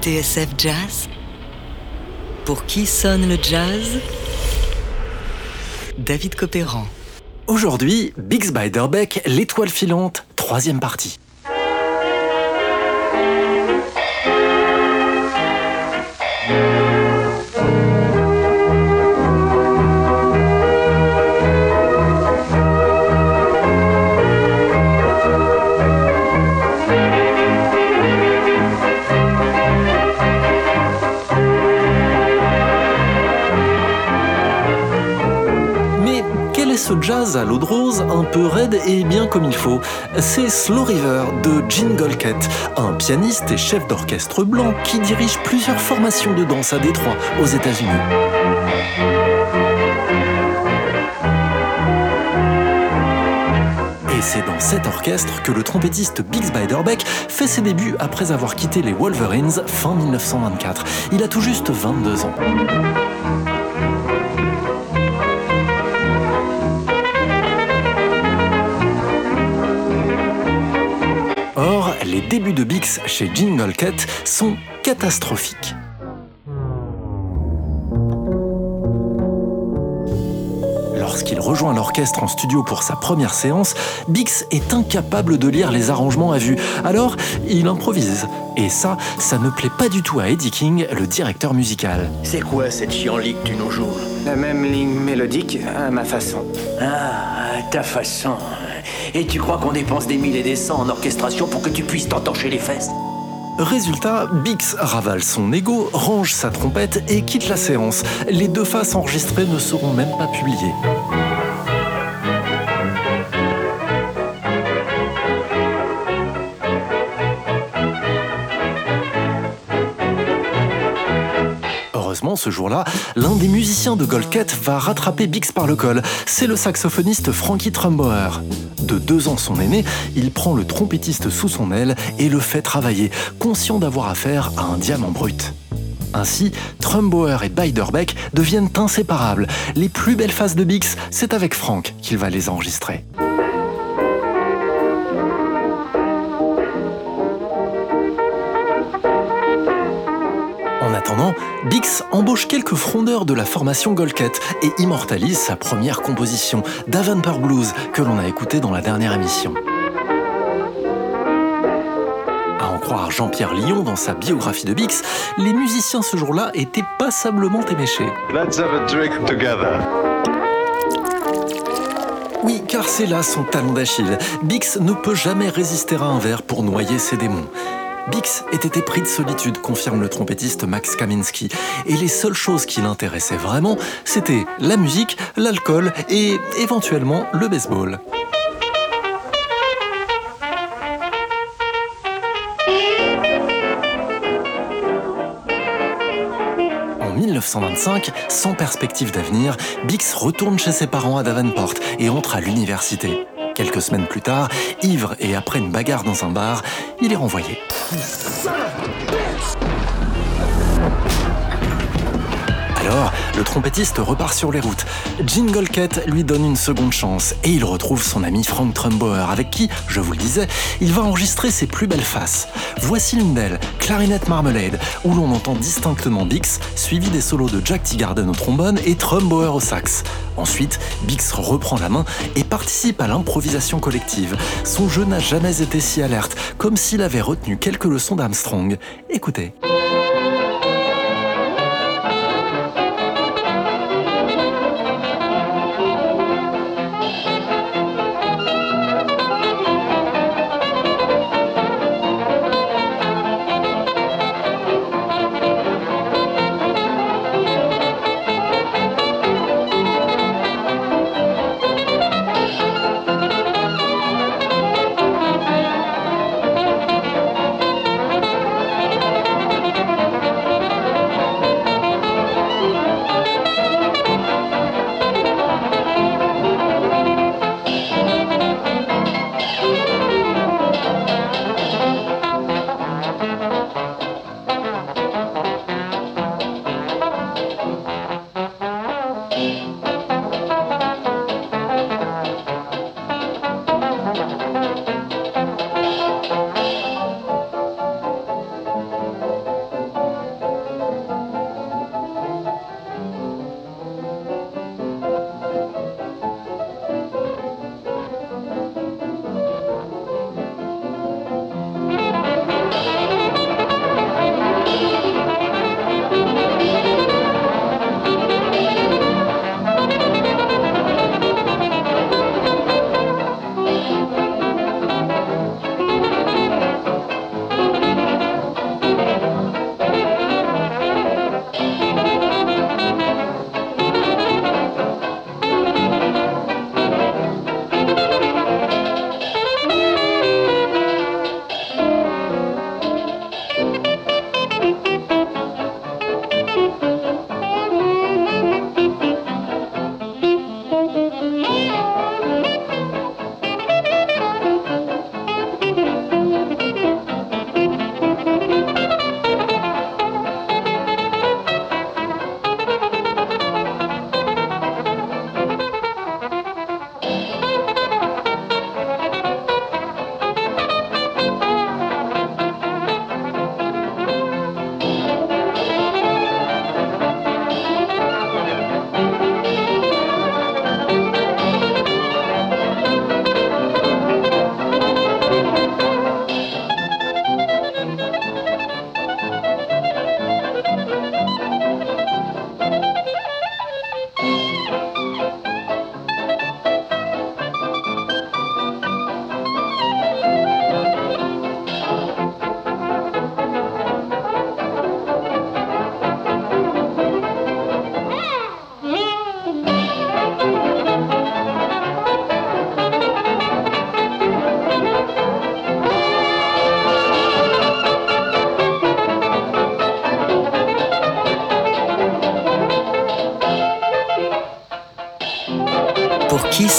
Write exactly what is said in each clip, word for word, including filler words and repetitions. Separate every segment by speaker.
Speaker 1: T S F Jazz. Pour qui sonne le jazz? David Copéran.
Speaker 2: Aujourd'hui, Bix Beiderbecke, l'étoile filante, troisième partie. Ce jazz à l'eau de rose, un peu raide et bien comme il faut. C'est Slow River de Gene Golkett, un pianiste et chef d'orchestre blanc qui dirige plusieurs formations de danse à Détroit, aux États-Unis. Et c'est dans cet orchestre que le trompettiste Bix Beiderbecke fait ses débuts après avoir quitté les Wolverines fin dix-neuf cent vingt-quatre. Il a tout juste vingt-deux ans. Or, les débuts de Bix chez Gene Golkett sont catastrophiques. Lorsqu'il rejoint l'orchestre en studio pour sa première séance, Bix est incapable de lire les arrangements à vue. Alors, il improvise. Et ça, ça ne plaît pas du tout à Eddie King, le directeur musical.
Speaker 3: C'est quoi cette chienlit que tu nous joues?
Speaker 4: La même ligne mélodique à ma façon.
Speaker 3: Ah, à ta façon. Et tu crois qu'on dépense des mille et des cents en orchestration pour que tu puisses t'entorcher les fesses?
Speaker 2: Résultat, Bix ravale son ego, range sa trompette et quitte la séance. Les deux faces enregistrées ne seront même pas publiées. Heureusement, ce jour-là, l'un des musiciens de Golkett va rattraper Bix par le col. C'est le saxophoniste Frankie Trumbauer. De deux ans son aîné, il prend le trompettiste sous son aile et le fait travailler, conscient d'avoir affaire à un diamant brut. Ainsi, Trumbauer et Beiderbecke deviennent inséparables. Les plus belles phases de Bix, c'est avec Frank qu'il va les enregistrer. En attendant, Bix embauche quelques frondeurs de la formation Golkett et immortalise sa première composition, Davenport Blues, que l'on a écouté dans la dernière émission. À en croire Jean-Pierre Lyon dans sa biographie de Bix, les musiciens ce jour-là étaient passablement éméchés.
Speaker 5: Let's have a drink together.
Speaker 2: Oui, car c'est là son talon d'Achille. Bix ne peut jamais résister à un verre pour noyer ses démons. Bix était épris de solitude, confirme le trompettiste Max Kaminsky, et les seules choses qui l'intéressaient vraiment, c'était la musique, l'alcool et éventuellement le baseball. En dix-neuf cent vingt-cinq, sans perspective d'avenir, Bix retourne chez ses parents à Davenport et entre à l'université. Quelques semaines plus tard, ivre et après une bagarre dans un bar, il est renvoyé. Alors, le trompettiste repart sur les routes. Gene Golkett lui donne une seconde chance et il retrouve son ami Frank Trumbauer avec qui, je vous le disais, il va enregistrer ses plus belles faces. Voici l'une d'elles, Clarinette Marmalade, où l'on entend distinctement Bix, suivi des solos de Jack Teagarden au trombone et Trumbauer au sax. Ensuite, Bix reprend la main et participe à l'improvisation collective. Son jeu n'a jamais été si alerte, comme s'il avait retenu quelques leçons d'Armstrong. Écoutez.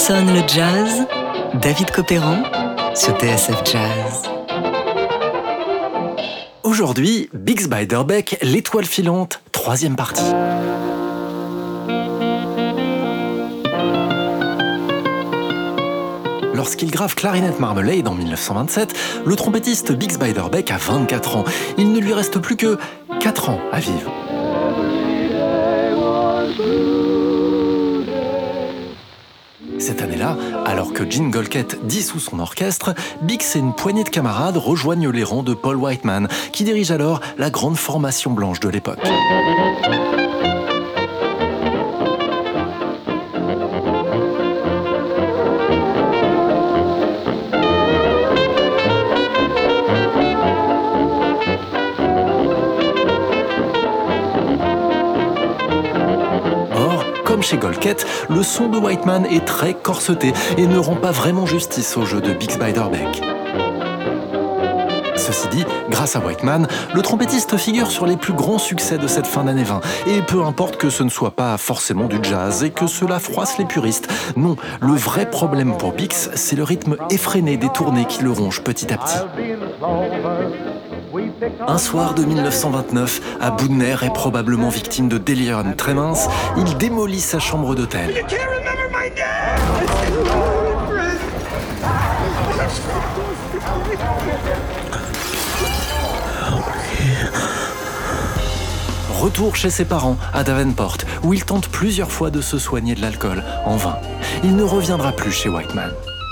Speaker 1: sonne le jazz? David Copéran sur T S F Jazz.
Speaker 2: Aujourd'hui, Bix Beiderbecke, l'étoile filante, troisième partie. Lorsqu'il grave Clarinet Marmalade en dix-neuf cent vingt-sept, le trompettiste Bix Beiderbecke a vingt-quatre ans. Il ne lui reste plus que quatre ans à vivre. Cette année-là, alors que Jingle Kett dissout son orchestre, Bix et une poignée de camarades rejoignent les rangs de Paul Whiteman, qui dirige alors la grande formation blanche de l'époque. Comme chez Goldkett, le son de Whiteman est très corseté et ne rend pas vraiment justice au jeu de Bix Beiderbecke. Ceci dit, grâce à Whiteman, le trompettiste figure sur les plus grands succès de cette fin d'année vingt. Et peu importe que ce ne soit pas forcément du jazz et que cela froisse les puristes. Non, le vrai problème pour Bix, c'est le rythme effréné des tournées qui le rongent petit à petit. Un soir de dix-neuf cent vingt-neuf, à bout de nerfs et probablement victime de délirium très mince, il démolit sa chambre d'hôtel. Retour chez ses parents, à Davenport, où il tente plusieurs fois de se soigner de l'alcool, en vain. Il ne reviendra plus chez Whiteman.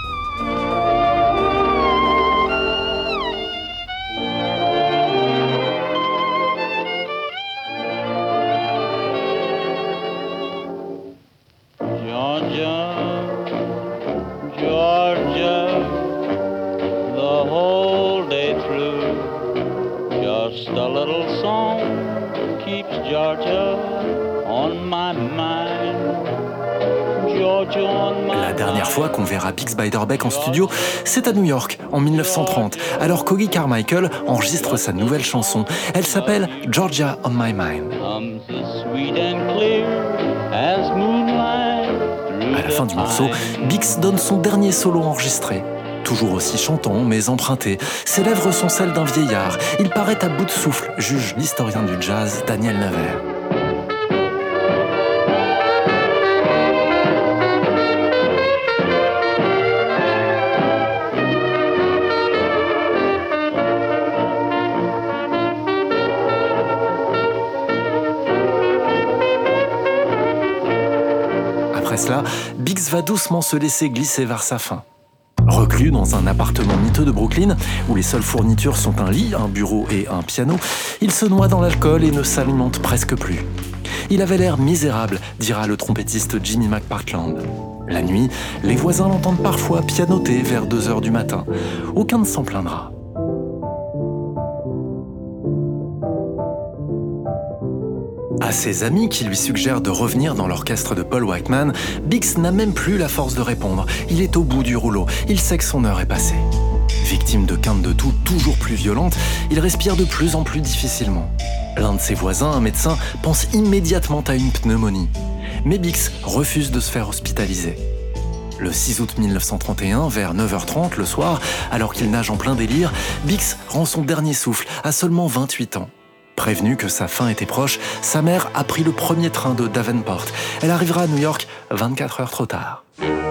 Speaker 2: La dernière fois qu'on verra Bix Beiderbecke en studio, c'est à New York, en dix-neuf cent trente, alors qu'Oggy Carmichael enregistre sa nouvelle chanson. Elle s'appelle Georgia on My Mind. À la fin du morceau, Bix donne son dernier solo enregistré. Toujours aussi chantant, mais emprunté. Ses lèvres sont celles d'un vieillard. Il paraît à bout de souffle, juge l'historien du jazz Daniel Navarre. Après cela, Bix va doucement se laisser glisser vers sa fin. Reclus dans un appartement miteux de Brooklyn, où les seules fournitures sont un lit, un bureau et un piano, il se noie dans l'alcool et ne s'alimente presque plus. Il avait l'air misérable, dira le trompettiste Jimmy McPartland. La nuit, les voisins l'entendent parfois pianoter vers deux heures du matin. Aucun ne s'en plaindra. À ses amis qui lui suggèrent de revenir dans l'orchestre de Paul Whiteman, Bix n'a même plus la force de répondre. Il est au bout du rouleau, il sait que son heure est passée. Victime de quintes de toux toujours plus violentes, il respire de plus en plus difficilement. L'un de ses voisins, un médecin, pense immédiatement à une pneumonie. Mais Bix refuse de se faire hospitaliser. Le six août dix-neuf cent trente et un, vers neuf heures trente le soir, alors qu'il nage en plein délire, Bix rend son dernier souffle à seulement vingt-huit ans. Prévenue que sa fin était proche, sa mère a pris le premier train de Davenport. Elle arrivera à New York vingt-quatre heures trop tard.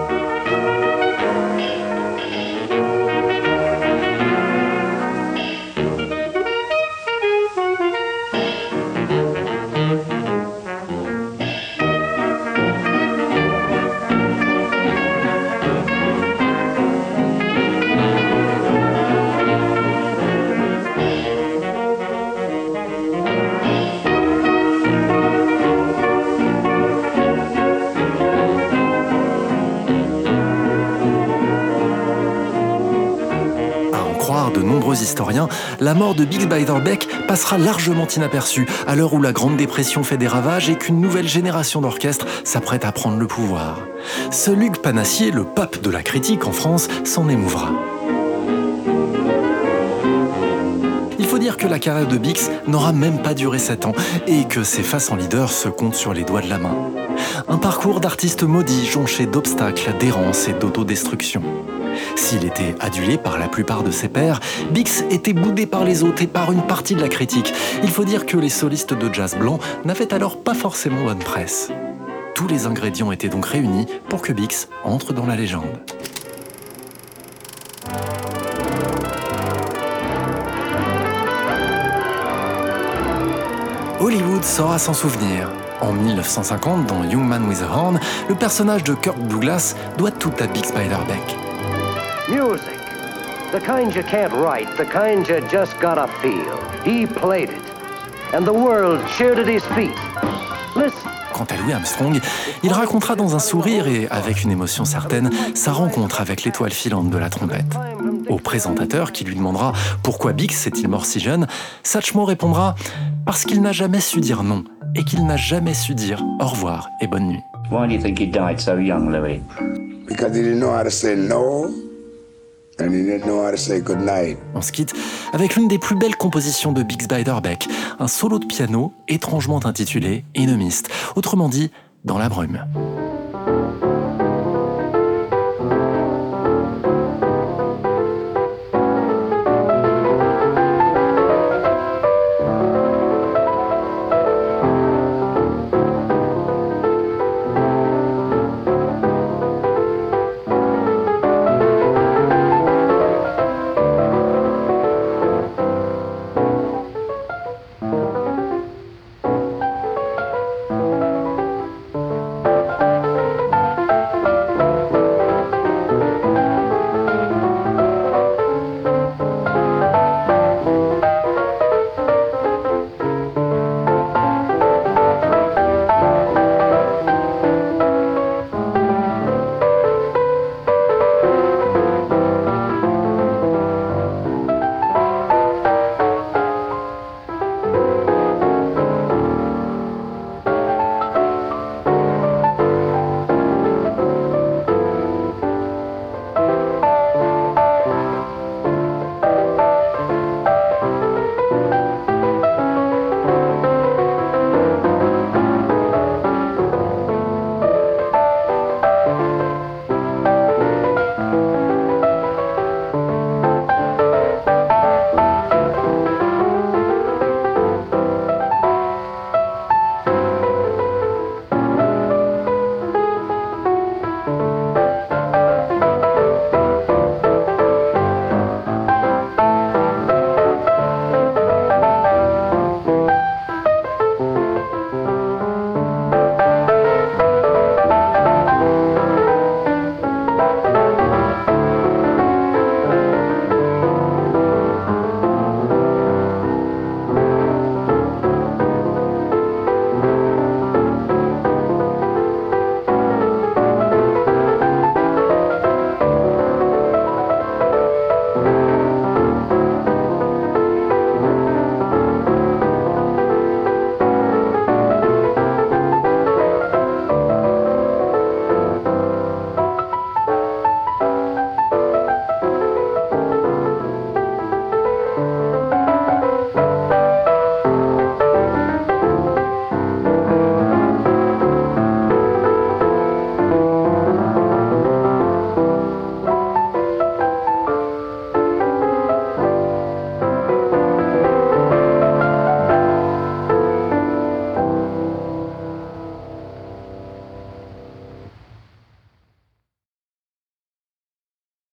Speaker 2: De nombreux historiens, la mort de Bix Beiderbecke passera largement inaperçue à l'heure où la Grande Dépression fait des ravages et qu'une nouvelle génération d'orchestres s'apprête à prendre le pouvoir. Seul Hugues Panassier, le pape de la critique en France, s'en émouvra. Il faut dire que que la carrière de Bix n'aura même pas duré sept ans et que ses faces en leader se comptent sur les doigts de la main. Un parcours d'artiste maudit jonché d'obstacles, d'errance et d'autodestruction. S'il était adulé par la plupart de ses pairs, Bix était boudé par les autres et par une partie de la critique. Il faut dire que les solistes de jazz blanc n'avaient alors pas forcément bonne presse. Tous les ingrédients étaient donc réunis pour que Bix entre dans la légende. Hollywood saura s'en souvenir. En mille neuf cent cinquante, dans Young Man with a Horn, le personnage de Kirk Douglas doit tout à Bix Beiderbecke.
Speaker 6: Music. The kind you can't write, the kind you just gotta feel. He played it. And the world cheered at his feet. Listen.
Speaker 2: Quant à Louis Armstrong, il racontera dans un sourire et avec une émotion certaine sa rencontre avec l'étoile filante de la trompette. Au présentateur qui lui demandera pourquoi Bix s'est-il mort si jeune, Satchmo répondra « Parce qu'il n'a jamais su dire non et qu'il n'a jamais su dire au revoir et bonne nuit ».
Speaker 7: Why do you think he died so young, Louis?
Speaker 8: Because he didn't know how to say no, and he didn't know how to say good night.
Speaker 2: On se quitte avec l'une des plus belles compositions de Bix Beiderbecke, un solo de piano étrangement intitulé In a Mist, autrement dit, dans la brume.